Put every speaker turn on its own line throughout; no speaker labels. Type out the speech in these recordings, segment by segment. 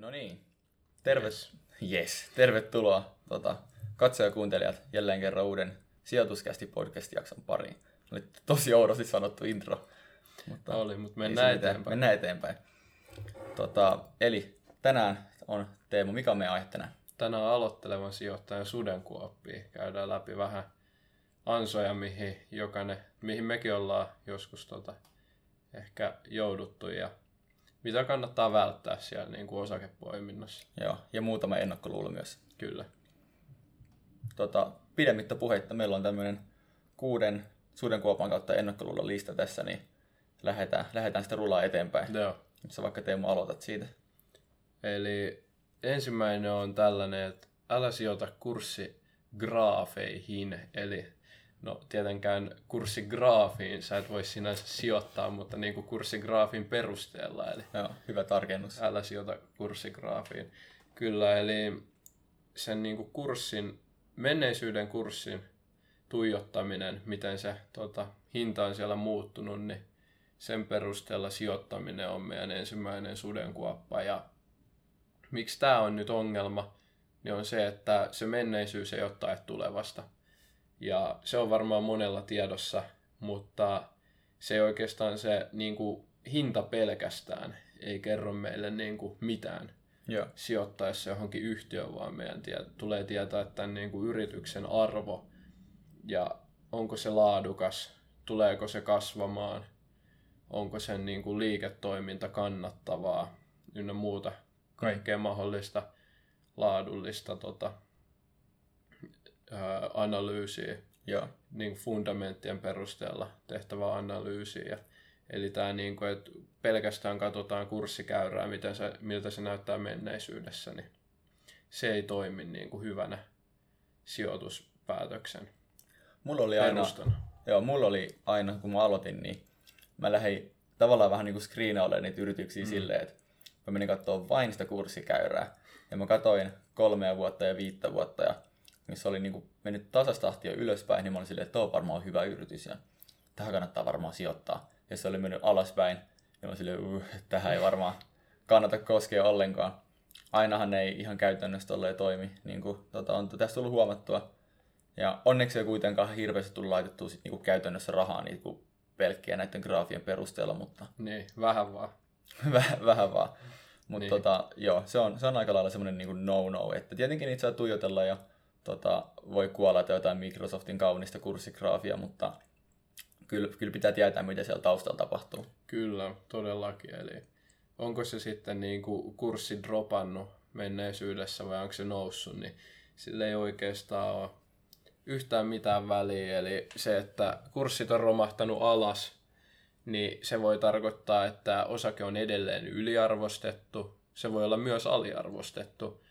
No niin, tervetuloa katsojakuuntelijat jälleen kerran uuden Sijoituskästi podcast-jakson pariin. Oli tosi oudosti sanottu intro.
Mutta mennään eteenpäin.
Mennään eteenpäin. Eli tänään on Teemu, mikä on meidän aihe tänään?
Tänään aloittelevan sijoittajan sudenkuoppia. Käydään läpi vähän ansoja, mihin mekin ollaan joskus ehkä jouduttu ja mitä kannattaa välttää siellä niin kuin osakepoiminnassa.
Joo, ja muutama ennakkoluulo myös.
Kyllä.
Pidemmittä puheitta, meillä on tämmöinen 6 sudenkuopan kautta ennakkoluulon lista tässä, niin lähdetään sitä rullaa eteenpäin.
Joo.
Sä vaikka Teemu aloitat siitä.
Eli ensimmäinen on tällainen, että älä sijoita kurssigraafeihin, eli no tietenkään kurssigraafiin sä et voi sinänsä sijoittaa, mutta niin kuin kurssigraafin perusteella. Eli
joo, hyvä tarkennus.
Älä sijoita kurssigraafiin. Kyllä, eli sen niin kuin menneisyyden kurssin tuijottaminen, miten se hinta on siellä muuttunut, niin sen perusteella sijoittaminen on meidän ensimmäinen sudenkuoppa. Ja miksi tämä on nyt ongelma, niin on se, että se menneisyys ei ole tae tulevasta. Ja se on varmaan monella tiedossa, mutta se ei oikeastaan se niin kuin hinta pelkästään ei kerro meille niin kuin mitään sijoittaessa johonkin yhtiöön, vaan meidän tulee tietää tämän niin kuin yrityksen arvo ja onko se laadukas, tuleeko se kasvamaan, onko sen niin kuin liiketoiminta kannattavaa ynnä muuta kaikkea mahdollista laadullista analyysiä, niin fundamenttien perusteella tehtävää analyysiä. Eli tämä, niin kuin, että pelkästään katsotaan kurssikäyrää, miltä se näyttää menneisyydessä, niin se ei toimi niin kuin hyvänä sijoituspäätöksen perustana.
Mulla oli aina, kun mä aloitin, niin mä lähdin tavallaan vähän niin kuin screenailemaan niitä yrityksiä silleen, että mä menin katsomaan vain sitä kurssikäyrää. Ja mä katsoin 3 vuotta ja 5 vuotta, ja missä oli niin kuin mennyt tasastahtia ylöspäin, niin mä olin silleen, että tuo varmaan hyvä yritys, ja tähän kannattaa varmaan sijoittaa. Ja se oli mennyt alaspäin, ja mä olin silleen, tähän ei varmaan kannata koskea ollenkaan. Ainahan ne ei ihan käytännössä tolleen toimi, niin kuin on tästä tullut huomattua. Ja onneksi ei kuitenkaan hirveästi tullut laitettua sit niinku käytännössä rahaa niin kuin pelkkiä näiden graafien perusteella, mutta
niin, vähän vaan.
vähän vaan. Mutta niin. Se on aika lailla semmoinen niinku no-no, että tietenkin niitä saa tuijotella ja voi kuolata jotain Microsoftin kaunista kurssigraafia, mutta kyllä pitää tietää, mitä siellä taustalla tapahtuu.
Kyllä, todellakin. Eli onko se sitten niinku kurssi dropannut menneisyydessä vai onko se noussut, niin sillä ei oikeastaan ole yhtään mitään väliä. Eli se, että kurssit on romahtanut alas, niin se voi tarkoittaa, että osake on edelleen yliarvostettu. Se voi olla myös aliarvostettu.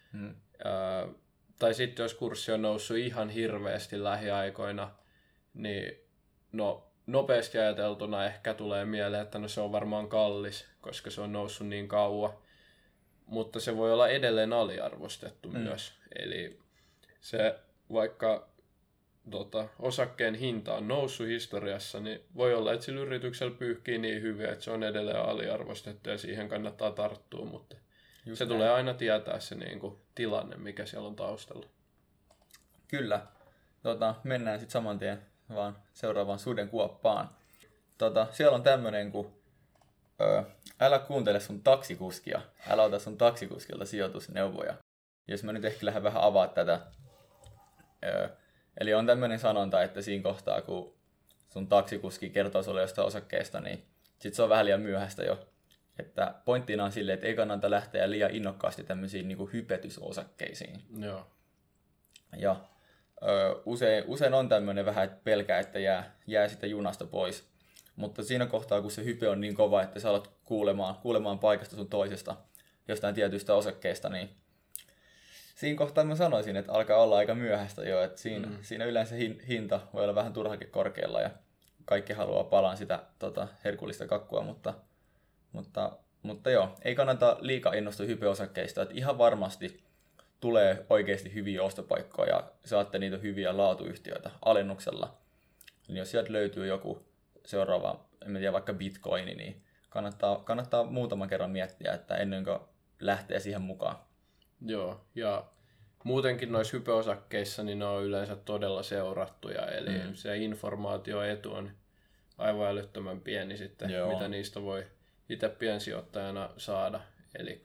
Tai sitten jos kurssi on noussut ihan hirveästi lähiaikoina, niin nopeasti ajateltuna ehkä tulee mieleen, että se on varmaan kallis, koska se on noussut niin kauan. Mutta se voi olla edelleen aliarvostettu myös. Eli se vaikka osakkeen hinta on noussut historiassa, niin voi olla, että sillä yrityksellä pyyhkii niin hyvin, että se on edelleen aliarvostettu ja siihen kannattaa tarttua, mutta se tulee aina tietää se niin kuin tilanne, mikä siellä on taustalla.
Kyllä. Mennään sitten saman tien vaan seuraavaan sudenkuoppaan. Siellä on tämmöinen kuin älä kuuntele sun taksikuskia, älä ota sun taksikuskilta sijoitusneuvoja. Jos mä nyt ehkä lähden vähän avaa tätä. Eli on tämmöinen sanonta, että siinä kohtaa, kun sun taksikuski kertoo sulle jostain osakkeesta, niin sit se on vähän liian myöhäistä jo. Että pointtina on silleen, että ei kannata lähteä liian innokkaasti tämmöisiin niin kuin hypetysosakkeisiin.
Joo.
Ja usein on tämmöinen vähän, että pelkää, että jää sitä junasta pois. Mutta siinä kohtaa, kun se hype on niin kova, että sä alat kuulemaan paikasta sun toisesta jostain tietystä osakkeesta, niin siinä kohtaa mä sanoisin, että alkaa olla aika myöhäistä jo, että siinä yleensä hinta voi olla vähän turhakin korkealla ja kaikki haluaa palaan sitä herkullista kakkua, mutta joo, ei kannata liikaa innostua hypeosakkeista, että ihan varmasti tulee oikeasti hyviä ostopaikkoja ja saatte niitä hyviä laatuyhtiöitä alennuksella. Niin jos sieltä löytyy joku seuraava, en tiedä, vaikka bitcoini, niin kannattaa muutaman kerran miettiä, että ennen kuin lähteä siihen mukaan.
Joo, ja muutenkin noissa hypeosakkeissa niin ne on yleensä todella seurattuja, eli se informaatioetu on aivan älyttömän pieni sitten, mitä niistä voi itse piensijoittajana saada. Eli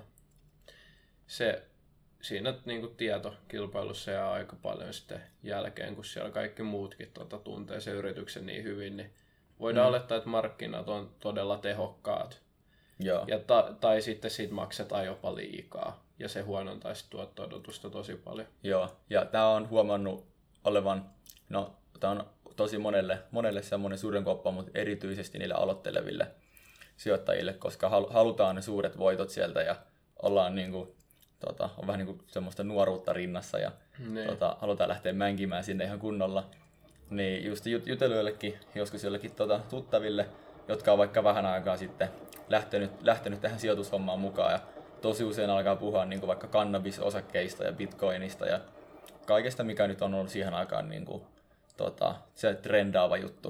se siinä niinku tietokilpailussa jää aika paljon sitten jälkeen, kun siellä kaikki muutkin tuntee sen yrityksen niin hyvin, niin voidaan olettaa, että markkinat on todella tehokkaat.
Joo.
Ja tai sitten siitä maksetaan jopa liikaa, ja se huonontaisi tuotto-odotusta tosi paljon.
Joo, ja tämä on huomannut olevan, no tämä on tosi monelle semmoinen sudenkuoppa, mutta erityisesti niille aloitteleville sijoittajille, koska halutaan ne suuret voitot sieltä ja ollaan niinku, on vähän niinku semmoista nuoruutta rinnassa ja halutaan lähteä mänkimään sinne ihan kunnolla. Niin just jutellut joskus jollekin tuttaville, jotka on vaikka vähän aikaa sitten lähtenyt tähän sijoitushommaan mukaan ja tosi usein alkaa puhua niinku vaikka kannabisosakkeista ja bitcoinista ja kaikesta, mikä nyt on ollut siihen aikaan niinku, se trendaava juttu.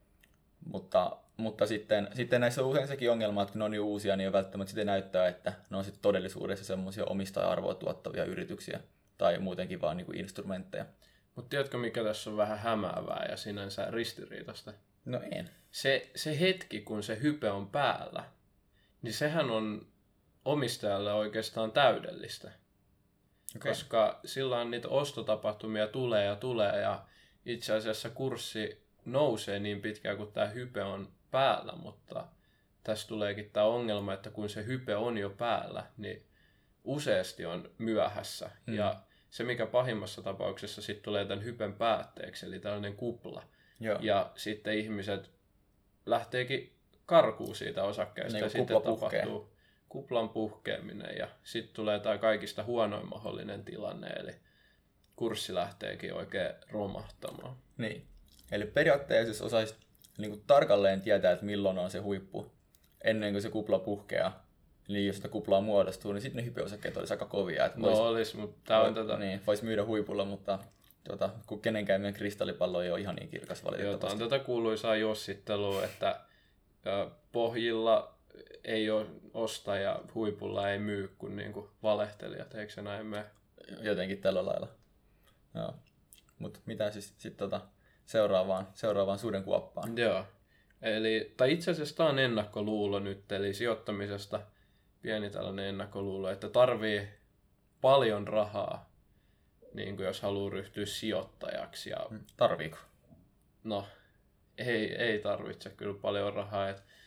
Mutta sitten näissä on usein sekin ongelma, että kun ne on niin uusia, niin ei välttämättä sitten näyttää, että ne on sitten todellisuudessa semmoisia omistaja-arvoa tuottavia yrityksiä tai muutenkin vaan niinku instrumentteja.
Mutta tiedätkö, mikä tässä on vähän hämäävää ja sinänsä ristiriitasta?
No en.
Se hetki, kun se hype on päällä, niin sehän on omistajalle oikeastaan täydellistä. Okay. Koska silloin niitä ostotapahtumia tulee ja itse asiassa kurssi nousee niin pitkään, kun tämä hype on päällä, mutta tässä tuleekin tämä ongelma, että kun se hype on jo päällä, niin useasti on myöhässä. Ja se, mikä pahimmassa tapauksessa sitten tulee tämän hypen päätteeksi, eli tällainen kupla. Joo. Ja sitten ihmiset lähteekin karkuun siitä osakkeesta niin, ja sitten tapahtuu kuplan puhkeaminen ja sitten tulee tämä kaikista huonoin mahdollinen tilanne, eli kurssi lähteekin oikein romahtamaan.
Niin. Eli periaatteessa jos osaisi niin tarkalleen tietää, että milloin on se huippu ennen kuin se kupla puhkeaa, niin jos sitä kuplaa muodostuu, niin sitten ne hypeosakkeet olisi aika kovia. Että
olisi, mutta tämä on
Niin, voisi myydä huipulla, mutta kun kenenkään meidän kristallipallo ei ole ihan niin kirkas valitettavasti.
Joo, tämä on tätä kuuluisaa jossittelua, että pohjilla ei ole osta ja huipulla ei myy, kun niinku valehtelijat, eikö se näin mene?
Jotenkin tällä lailla. Joo. Mutta mitä siis seuraavaan sudenkuoppaan?
Joo. Tai itse asiassa tämä on ennakkoluulo nyt, eli sijoittamisesta pieni tällainen ennakkoluulo, että tarvii paljon rahaa, niin kuin jos haluaa ryhtyä sijoittajaksi. Ja
tarviiko?
No, ei tarvitse kyllä paljon rahaa.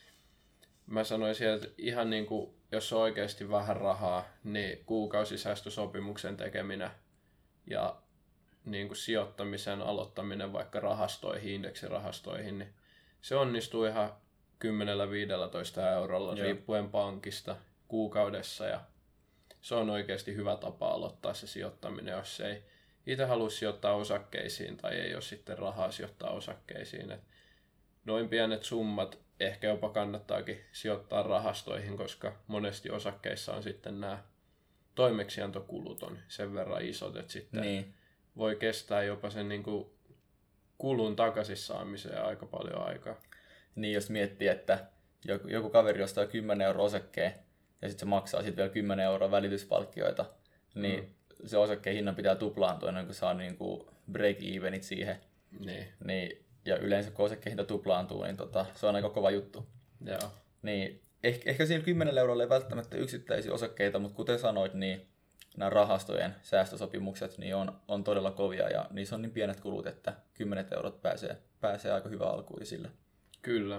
Mä sanoisin, että ihan niin kuin, jos on oikeasti vähän rahaa, niin kuukausisäästösopimuksen tekeminen ja niin kuin sijoittamisen aloittaminen vaikka rahastoihin, indeksirahastoihin, niin se onnistuu ihan 10-15 eurolla riippuen pankista kuukaudessa ja se on oikeasti hyvä tapa aloittaa se sijoittaminen, jos ei itse halua sijoittaa osakkeisiin tai ei ole sitten rahaa sijoittaa osakkeisiin. Et noin pienet summat ehkä jopa kannattaakin sijoittaa rahastoihin, koska monesti osakkeissa on sitten nämä toimeksiantokulut on sen verran isot, että sitten voi kestää jopa sen niin kuin kulun takaisin saamiseen aika paljon aikaa.
Niin, jos miettii, että joku kaveri ostaa 10 € osakkeen ja sitten se maksaa sitten vielä 10 € välityspalkkioita, niin se osakkeen hinnan pitää tuplaantua ennen kuin saa niinku break-evenit siihen. Niin, ja yleensä kun osakkeen hinta tuplaantuu, niin se on aika kova juttu.
Joo.
Niin, ehkä siinä 10 € ei välttämättä yksittäisiä osakkeita, mutta kuten sanoit, niin nämä rahastojen säästösopimukset niin on todella kovia ja niissä on niin pienet kulut, että 10 € pääsee aika hyvä alkuun sillä.
Kyllä.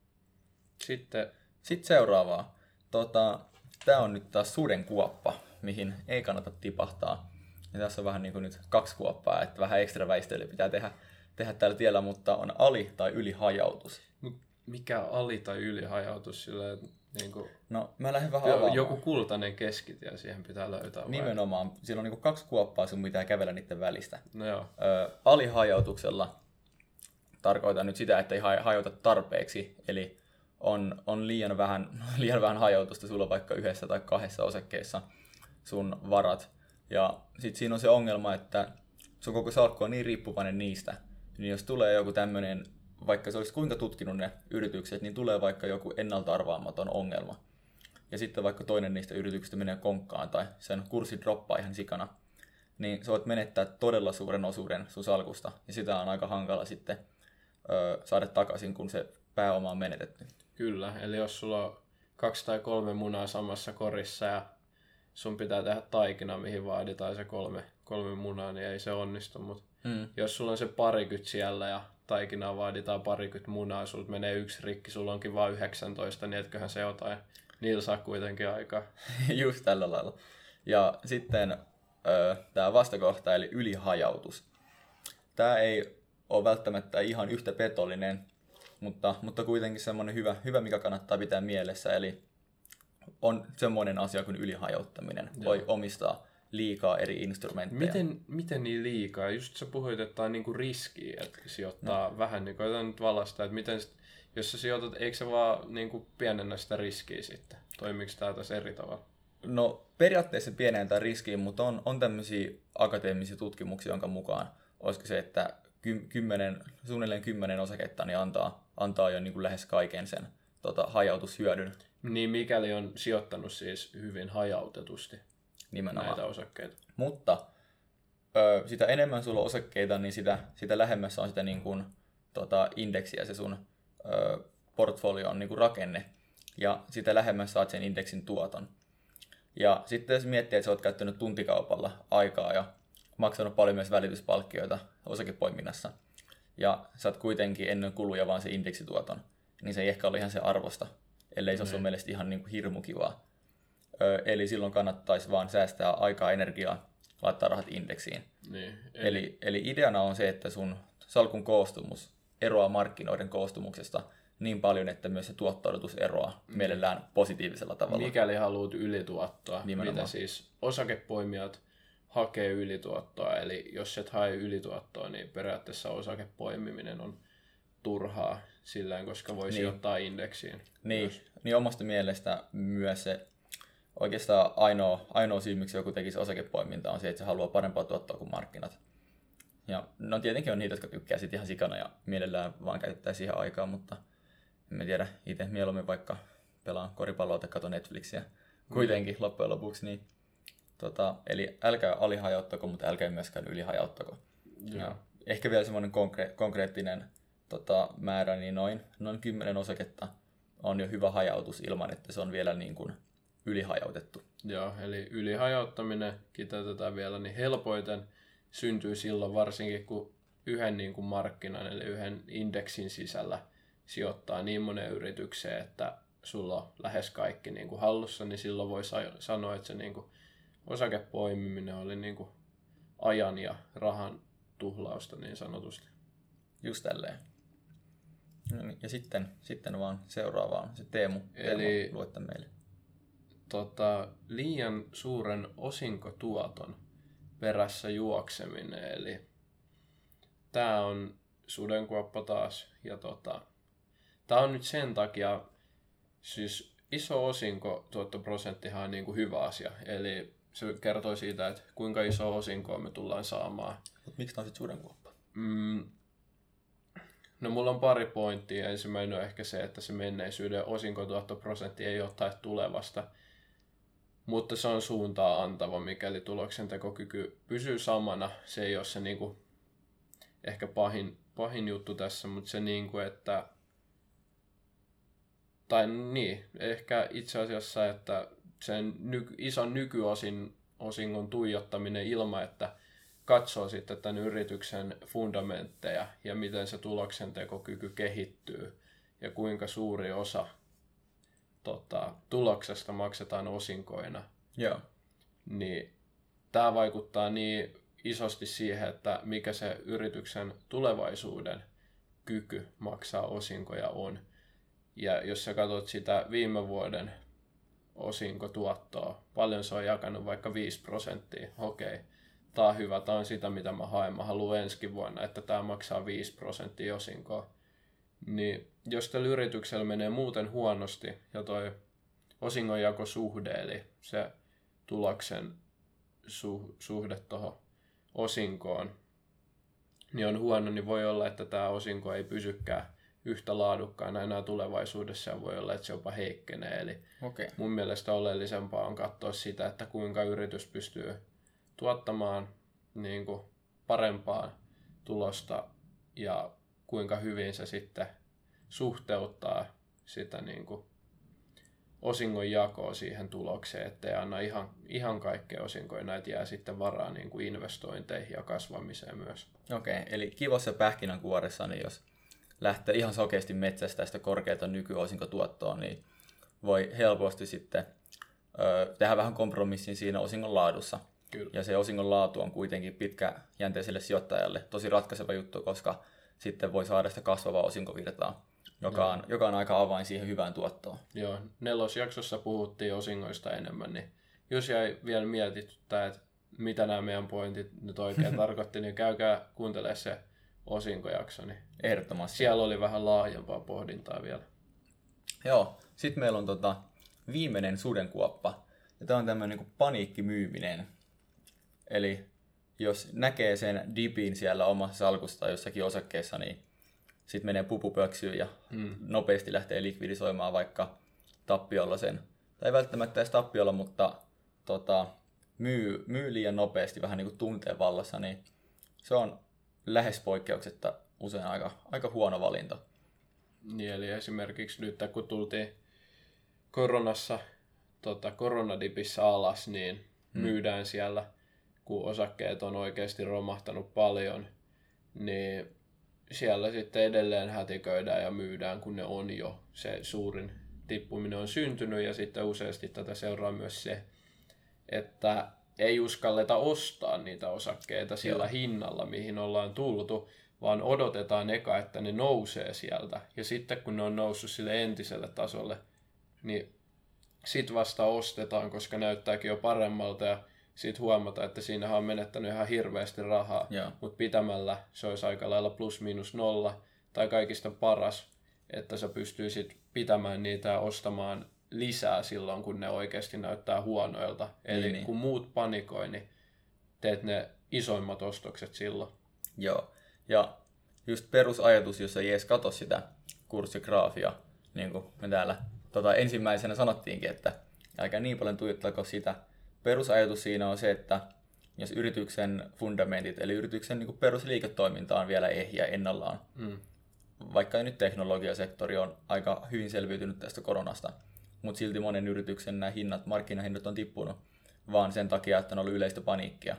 Sitten
seuraavaa. Tämä on nyt taas sudenkuoppa, mihin ei kannata tipahtaa. Ja tässä on vähän niin kuin nyt 2 kuoppaa, että vähän ekstra väistelyä pitää tehdä tällä tiellä, mutta on ali- tai ylihajautus.
Mikä on ali- tai ylihajautus? Sillä, niin kuin
no, mä lähden vähän avaamaan.
Joku kultainen keskitie siihen pitää löytää.
Nimenomaan. Siinä on niin kuin 2 kuoppaa, sun pitää kävellä niiden välistä.
No joo.
Alihajautuksella tarkoitan nyt sitä, että ei hajauta tarpeeksi, eli on liian vähän hajautusta sulla vaikka 1 tai 2 osakkeessa sun varat. Ja sitten siinä on se ongelma, että sun koko salkku on niin riippuvainen niistä, niin jos tulee joku tämmöinen, vaikka se olisi kuinka tutkinut ne yritykset, niin tulee vaikka joku ennalta arvaamaton ongelma. ja sitten vaikka toinen niistä yrityksistä menee konkkaan tai sen kurssi droppaa ihan sikana, niin sä voit menettää todella suuren osuuden sun salkusta, ja sitä on aika hankala sitten saada takaisin, kun se pääoma on menetetty.
Kyllä, eli jos sulla on 2 tai 3 munaa samassa korissa ja sun pitää tehdä taikina, mihin vaaditaan se kolme munaa, niin ei se onnistu. Mutta jos sulla on se parikymmentä siellä ja taikinaa vaaditaan 20 munaa, sulta menee 1 rikki, sulla onkin vain 19, niin etköhän se jotain. Niillä saa kuitenkin aikaa.
Just tällä lailla. Ja sitten tämä vastakohta, eli ylihajautus. Tämä ei ole välttämättä ihan yhtä petollinen, mutta kuitenkin semmoinen hyvä, mikä kannattaa pitää mielessä. Eli on semmoinen asia kuin ylihajauttaminen.
Joo.
Voi omistaa liikaa eri instrumentteja.
Miten niin liikaa? Just sä puhuit, että on niinku riskiä, että sijoittaa vähän. Niin koetaan nyt valasta, että miten, jos sä sijoitat, eikö se vaan niinku pienennä sitä riskiä sitten? Toimiiko tämä tässä eri tavalla?
No periaatteessa pienentää riskiä, mutta on tämmöisiä akateemisia tutkimuksia, jonka mukaan olisiko se, että suunnilleen 10 osaketta niin antaa jo niin kuin lähes kaiken sen hajautushyödyn.
Niin mikäli on sijoittanut siis hyvin hajautetusti
Nimenomaan.
näitä osakkeita.
Mutta sitä enemmän sulla on osakkeita, niin sitä lähemmässä on sitä niin kuin, indeksiä se sun portfolion niin kuin rakenne. Ja sitä lähemmässä saat sen indeksin tuoton. Ja sitten jos miettii, että sä oot käyttänyt tuntikaupalla aikaa ja maksanut paljon myös välityspalkkioita osakepoiminnassa, ja saat kuitenkin ennen kuluja vaan se indeksituoton, niin se ei ehkä ole ihan se arvosta, ellei se ole sun mielestä ihan niin kuin hirmukivaa. Eli silloin kannattaisi vaan säästää aikaa, energiaa, laittaa rahat indeksiin.
Niin,
Eli ideana on se, että sun salkun koostumus eroaa markkinoiden koostumuksesta niin paljon, että myös se tuotto-odotus eroaa mielellään positiivisella tavalla.
Mikäli haluat ylituottoa,
Nimenomaan.
mitä siis osakepoimijat hakee ylituottoa, eli jos et hae ylituottoa, niin periaatteessa osakepoimiminen on turhaa sillään, koska voi sijoittaa indeksiin.
Niin omasta mielestä myös se oikeastaan ainoa syy, miksi joku tekisi osakepoimintaa, on se, että se haluaa parempaa tuottoa kuin markkinat. Ja no tietenkin on niitä, jotka tykkää sit ihan sikana ja mielellään vaan käyttää siihen aikaa, mutta en tiedä, itse mieluummin vaikka pelaan koripalloa tai katson Netflixiä. Kuitenkin loppujen lopuksi. Niin, eli älkää alihajauttako, mutta älkää myöskään ylihajauttako. Ja ehkä vielä semmoinen konkreettinen määrä, niin noin 10 osaketta on jo hyvä hajautus ilman, että se on vielä niin kuin ylihajautettu.
Joo, eli ylihajauttaminen, kiteytetään vielä, niin helpoiten syntyy silloin varsinkin, kun yhden niin kuin markkinan, eli yhden indeksin sisällä sijoittaa niin monen yritykseen, että sulla on lähes kaikki niin kuin hallussa, niin silloin voi sanoa, että se niin kuin osakepoimiminen oli niin kuin ajan ja rahan tuhlausta niin sanotusti.
Just tälleen. No niin, ja sitten vaan seuraavaan se Teemu luetta meille.
Liian suuren osinkotuoton perässä juokseminen, eli tämä on sudenkuoppa taas, ja tämä on nyt sen takia, siis iso osinkotuottoprosenttihan on niin kuin hyvä asia, eli se kertoo siitä, että kuinka iso osinkoa me tullaan saamaan.
Mut miksi tämä on sitten sudenkuoppa?
No mulla on pari pointtia. Ensimmäinen on ehkä se, että se menneisyyden osinkotuottoprosentti ei ole tai tulevasta, mutta se on suuntaa antava, mikäli tuloksentekokyky pysyy samana. Se ei ole se niinku, ehkä pahin juttu tässä, mutta se niinku, että tai niin, ehkä itse asiassa, että sen ison nykyosingon tuijottaminen ilman, että katsoo sitten tämän yrityksen fundamentteja ja miten se tuloksentekokyky kehittyy ja kuinka suuri osa tuloksesta maksetaan osinkoina.
Joo.
Niin tämä vaikuttaa niin isosti siihen, että mikä se yrityksen tulevaisuuden kyky maksaa osinkoja on. Ja jos sä katsot sitä viime vuoden osinkotuottoa, paljon se on jakanut vaikka 5%. Okei. Tämä on hyvä, tämä on sitä mitä mä haen. Mä haluan ensi vuonna, että tämä maksaa 5% osinkoa. Niin jos tällä yrityksellä menee muuten huonosti ja toi osingonjakosuhde, eli se tuloksen suhde tuohon osinkoon, niin on huono, niin voi olla, että tämä osinko ei pysykään yhtä laadukkaana enää tulevaisuudessa ja voi olla, että se jopa heikkenee. Eli mun mielestä oleellisempaa on katsoa sitä, että kuinka yritys pystyy tuottamaan niin kuin parempaa tulosta ja kuinka hyvin se sitten suhteuttaa sitä niin kuin osingon jakoa siihen tulokseen, ettei anna ihan kaikkea osinkoja, näitä jää sitten varaa niin kuin investointeihin ja kasvamiseen myös.
Eli kivassa pähkinänkuoressa, niin jos lähtee ihan sokeasti metsästä sitä korkeata nykyosinkotuottoa, niin voi helposti sitten tehdä vähän kompromissin siinä osingon laadussa.
Kyllä.
Ja se osingon laatu on kuitenkin pitkäjänteiselle sijoittajalle tosi ratkaiseva juttu, koska sitten voi saada sitä kasvavaa osinkovirtaa, joka on aika avain siihen hyvään tuottoon.
Joo, 4. jaksossa puhuttiin osingoista enemmän, niin jos jäi vielä mietityttää, että mitä nämä meidän pointit nyt oikein tarkoitti, niin käykää kuuntelemaan se osinkojakso. Niin
ehdottomasti.
Siellä oli vähän laajempaa pohdintaa vielä.
Joo, sitten meillä on viimeinen sudenkuoppa, ja tämä on tämmöinen niin paniikkimyyminen. Eli jos näkee sen dipin siellä omassa salkussa tai jossakin osakkeessa, niin sitten menee pupupöksyyn ja nopeasti lähtee likvidisoimaan vaikka tappiolla sen. Tai ei välttämättä edes tappiolla, mutta myy liian nopeasti vähän niin kuin tunteen vallassa, niin se on lähes poikkeuksetta usein aika huono valinta.
Niin, eli esimerkiksi nyt kun tultiin koronassa, koronadipissä alas, niin myydään siellä, kun osakkeet on oikeasti romahtanut paljon, niin siellä sitten edelleen hätiköidään ja myydään, kun ne on jo se suurin tippuminen on syntynyt, ja sitten useasti tätä seuraa myös se, että ei uskalleta ostaa niitä osakkeita sillä hinnalla, mihin ollaan tultu, vaan odotetaan eka, että ne nousee sieltä. Ja sitten kun ne on noussut sille entiselle tasolle, niin sit vasta ostetaan, koska näyttääkin jo paremmalta ja sitten huomataan, että siinähän on menettänyt ihan hirveästi rahaa. Mutta pitämällä se olisi aika lailla plus miinus nolla tai kaikista paras, että sä pystyisit pitämään niitä ja ostamaan lisää silloin, kun ne oikeasti näyttää huonoilta. Eli kun muut panikoi, niin teet ne isoimmat ostokset silloin.
Joo, ja just perusajatus, jos ei edes katso sitä kurssigraafia, niin kuin me täällä ensimmäisenä sanottiinkin, että älkää niin paljon tuijottako sitä. Perusajatus siinä on se, että jos yrityksen fundamentit, eli yrityksen niin kuin perusliiketoiminta on vielä ehjä ennallaan, vaikka nyt teknologiasektori on aika hyvin selviytynyt tästä koronasta, mutta silti monen yrityksen nämä markkinahinnat on tippunut vaan sen takia, että on ollut yleistä paniikkia,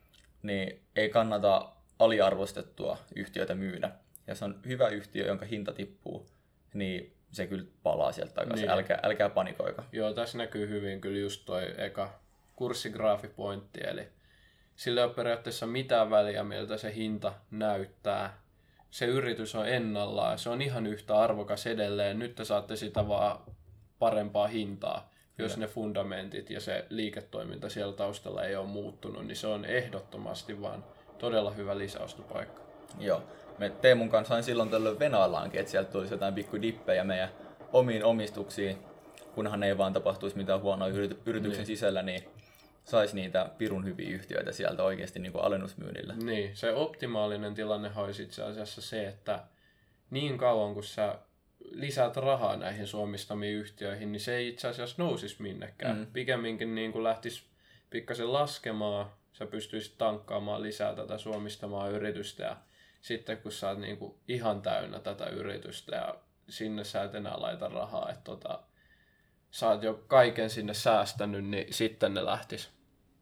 niin ei kannata aliarvostettua yhtiötä myydä. Ja se on hyvä yhtiö, jonka hinta tippuu, niin se kyllä palaa sieltä takaisin. Niin. Älkää panikoiko.
Joo, tässä näkyy hyvin kyllä just toi eka kurssigraafipointti, eli sillä ei ole periaatteessa mitään väliä, miltä se hinta näyttää. Se yritys on ennallaan, se on ihan yhtä arvokas edelleen. Nyt te saatte sitä vaan parempaa hintaa. Jos ne fundamentit ja se liiketoiminta siellä taustalla ei ole muuttunut, niin se on ehdottomasti vaan todella hyvä lisäostopaikka.
Joo. Me Teemun kanssa aina silloin tällöin venaillaankin, että sieltä tulisi jotain pikku dippejä meidän omiin omistuksiin, kunhan ei vaan tapahtuisi mitään huonoa yrityksen sisällä, niin saisi niitä pirun hyviä yhtiöitä sieltä oikeasti niin kuin alennusmyynnillä.
Niin, se optimaalinen tilanne olisi itse asiassa se, että niin kauan kun sä lisäät rahaa näihin suomistamiin yhtiöihin, niin se ei itse asiassa nousisi minnekään. Pikemminkin niin kuin lähtisi pikkasen laskemaan, sä pystyisit tankkaamaan lisää tätä suomistamaa yritystä ja sitten kun sä oot niin kuin ihan täynnä tätä yritystä ja sinne sä et enää laita rahaa, että sä oot jo kaiken sinne säästänyt, niin sitten ne lähtis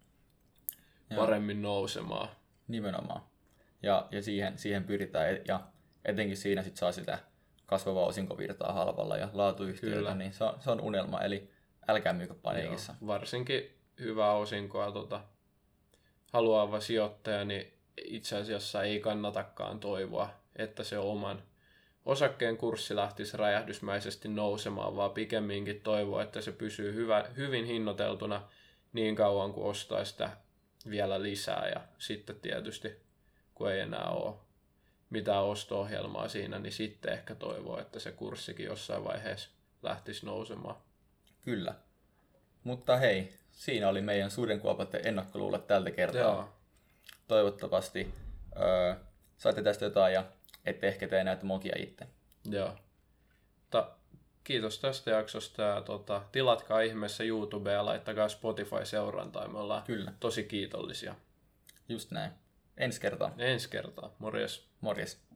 paremmin nousemaan.
Nimenomaan. Ja siihen pyritään ja etenkin siinä sit saa sitä kasvavaa osinkovirtaa halvalla ja laatuyhtiöillä, niin se on unelma, eli älkää myykö paniikissa.
Joo, varsinkin hyvää osinkoa haluava sijoittaja, niin itse asiassa ei kannatakaan toivoa, että se oman osakkeen kurssi lähtisi räjähdysmäisesti nousemaan, vaan pikemminkin toivoa, että se pysyy hyvin hinnoiteltuna niin kauan kuin ostaa sitä vielä lisää. Ja sitten tietysti, kun ei enää ole mitään osto-ohjelmaa siinä, niin sitten ehkä toivoo, että se kurssikin jossain vaiheessa lähtisi nousemaan.
Kyllä. Mutta hei, siinä oli meidän sudenkuopat ja ennakkoluulot tältä kertaa.
Joo.
Toivottavasti saatte tästä jotain ja ette ehkä tee näitä mokia itse.
Joo. Kiitos tästä jaksosta ja tilatkaa ihmeessä YouTubea ja laittakaa Spotify-seurantaa. Me ollaan
Kyllä.
tosi kiitollisia.
Just näin. Ensi kertaa.
Ensi kertaa. Morjes.
Morjes.